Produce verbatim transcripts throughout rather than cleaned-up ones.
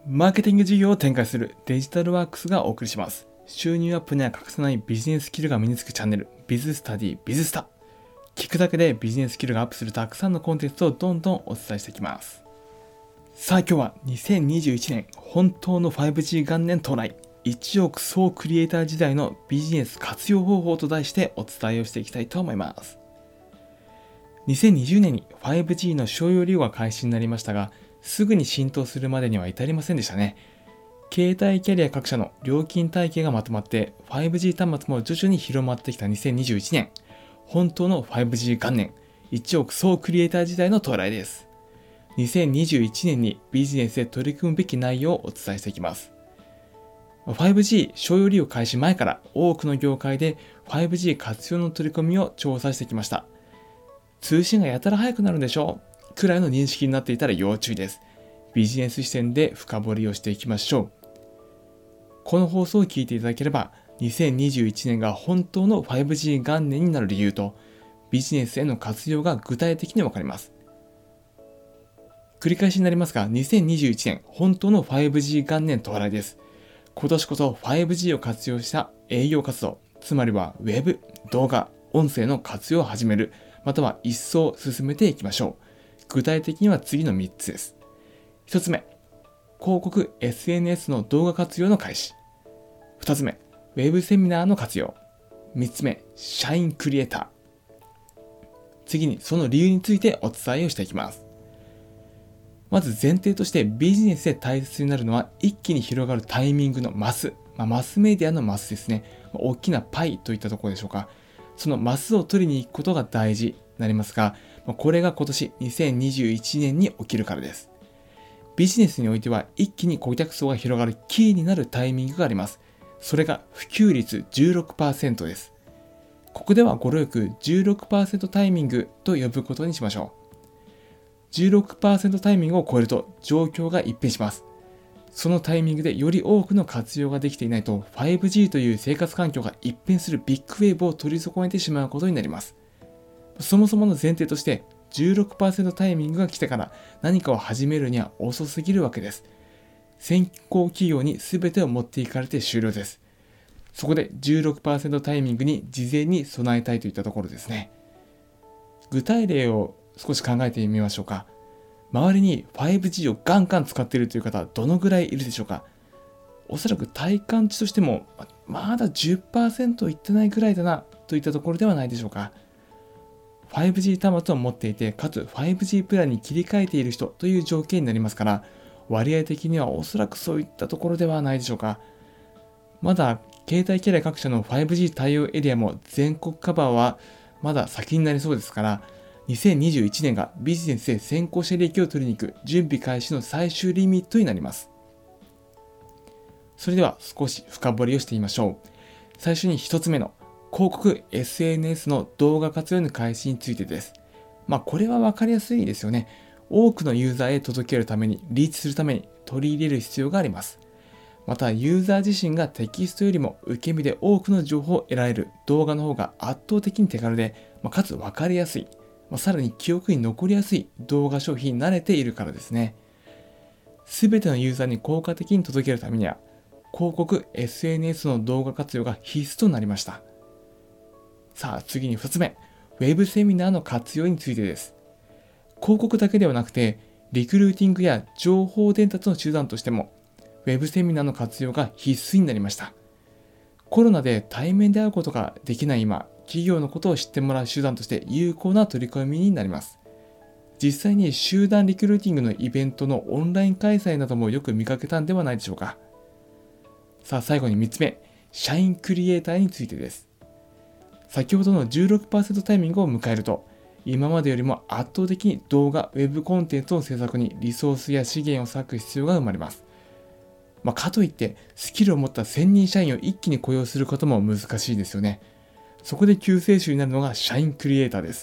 マーケティング事業を展開するデジタルワークスがお送りします。収入アップには欠かせないビジネススキルが身につくチャンネル、ビズスタディビズスタ。聞くだけでビジネススキルがアップするたくさんのコンテンツをどんどんお伝えしていきます。さあ今日はにせんにじゅういちねん本当の ファイブジー 元年到来、いちおく総クリエイター時代のビジネス活用方法と題してお伝えをしていきたいと思います。にせんにじゅうねんに ファイブジー の商用利用が開始になりましたが、すぐに浸透するまでには至りませんでしたね。携帯キャリア各社の料金体系がまとまって ファイブジー 端末も徐々に広まってきたにせんにじゅういちねん、本当の ファイブジー 元年、いちおく総クリエイター時代の到来です。にせんにじゅういちねんにビジネスで取り組むべき内容をお伝えしていきます。ファイブジー 商用利用開始前から多くの業界で ファイブジー 活用の取り組みを調査してきました。通信がやたら速くなるんでしょうくらいの認識になっていたら要注意です。ビジネス視点で深掘りをしていきましょう。この放送を聞いていただければ、にせんにじゅういちねんが本当の ファイブジー 元年になる理由と、ビジネスへの活用が具体的にわかります。繰り返しになりますが、にせんにじゅういちねん本当の ファイブジー 元年到来です。今年こそ ファイブジー を活用した営業活動、つまりはウェブ、動画、音声の活用を始める、または一層進めていきましょう。具体的には次のみっつです。ひとつめ、広告 エスエヌエス の動画活用の開始。ふたつめ、ウェブセミナーの活用。みっつめ、社員クリエイター。次にその理由についてお伝えをしていきます。まず前提としてビジネスで大切になるのは一気に広がるタイミングのマス。まあ、マスメディアのマスですね。大きなパイといったところでしょうか。そのマスを取りに行くことが大事になりますが、これが今年にせんにじゅういちねんに起きるからです。ビジネスにおいては一気に顧客層が広がるキーになるタイミングがあります。それが普及率 じゅうろくパーセント です。ここではご了承 じゅうろくパーセント タイミングと呼ぶことにしましょう。じゅうろくパーセント タイミングを超えると状況が一変します。そのタイミングでより多くの活用ができていないと ファイブジー という生活環境が一変するビッグウェーブを取り損ねてしまうことになります。そもそもの前提として じゅうろくパーセント タイミングが来てから何かを始めるには遅すぎるわけです。先行企業に全てを持っていかれて終了です。そこで じゅうろくパーセント タイミングに事前に備えたいといったところですね。具体例を少し考えてみましょうか。周りに ファイブジー をガンガン使っているという方はどのぐらいいるでしょうか。おそらく体感値としてもまだ じゅっパーセント いってないぐらいだなといったところではないでしょうか。ファイブジー 端末を持っていて、かつ ファイブジー プランに切り替えている人という条件になりますから、割合的にはおそらくそういったところではないでしょうか。まだ携帯キャリア各社の ファイブジー 対応エリアも全国カバーはまだ先になりそうですから、にせんにじゅういちねんがビジネスで先行者利益を取りに行く準備開始の最終リミットになります。それでは少し深掘りをしてみましょう。最初に一つ目の広告 エスエヌエス の動画活用の開始についてです。まあこれは分かりやすいですよね。多くのユーザーへ届けるために、リーチするために取り入れる必要があります。またユーザー自身がテキストよりも受け身で多くの情報を得られる動画の方が圧倒的に手軽で、まあ、かつ分かりやすい、まあ、さらに記憶に残りやすい動画消費に慣れているからですね。すべてのユーザーに効果的に届けるためには、広告 エスエヌエス の動画活用が必須となりました。さあ次にふたつめ、ウェブセミナーの活用についてです。広告だけではなくて、リクルーティングや情報伝達の手段としても、ウェブセミナーの活用が必須になりました。コロナで対面で会うことができない今、企業のことを知ってもらう手段として有効な取り組みになります。実際に集団リクルーティングのイベントのオンライン開催などもよく見かけたんではないでしょうか。さあ最後にみっつめ、社員クリエイターについてです。先ほどの じゅうろくパーセント タイミングを迎えると、今までよりも圧倒的に動画、ウェブコンテンツの制作にリソースや資源を割く必要が生まれます。まあ、かといってスキルを持った専任社員を一気に雇用することも難しいですよね。そこで救世主になるのが社員クリエイターです。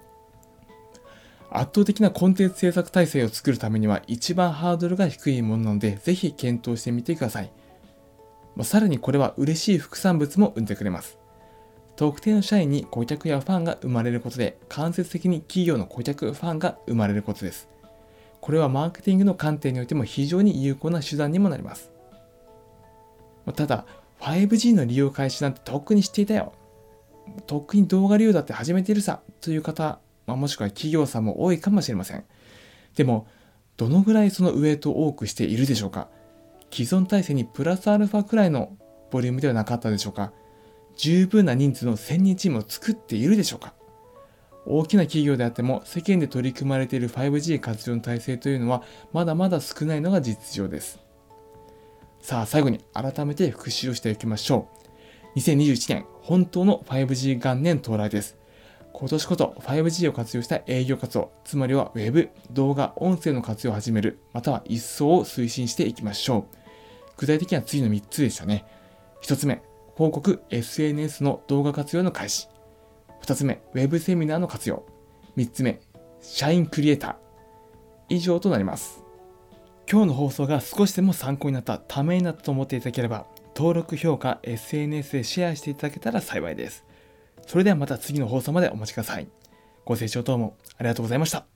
圧倒的なコンテンツ制作体制を作るためには一番ハードルが低いものなので、ぜひ検討してみてください。まあ、さらにこれは嬉しい副産物も生んでくれます。特定の社員に顧客やファンが生まれることで、間接的に企業の顧客ファンが生まれることです。 これはマーケティングの観点においても非常に有効な手段にもなります。ただ、ファイブジー の利用開始なんてとっくに知っていたよ。とっくに動画利用だって始めているさという方、まあ、もしくは企業さんも多いかもしれません。でも、どのぐらいそのウエイトを多くしているでしょうか。既存体制にプラスアルファくらいのボリュームではなかったでしょうか。十分な人数のせんにんチームを作っているでしょうか。大きな企業であっても世間で取り組まれている ファイブジー 活用の体制というのはまだまだ少ないのが実情です。さあ最後に改めて復習をしていきましょう。にせんにじゅういちねん、本当の ファイブジー 元年到来です。今年こそ ファイブジー を活用した営業活動、つまりは Web、動画、音声の活用を始める、または一層を推進していきましょう。具体的には次のみっつでしたね。ひとつめ、広告 エスエヌエス の動画活用の開始。ふたつめ、ウェブセミナーの活用。みっつめ、社員クリエイター。以上となります。今日の放送が少しでも参考になった、ためになったと思っていただければ、登録、評価、エスエヌエス でシェアしていただけたら幸いです。それではまた次の放送までお待ちください。ご清聴どうもありがとうございました。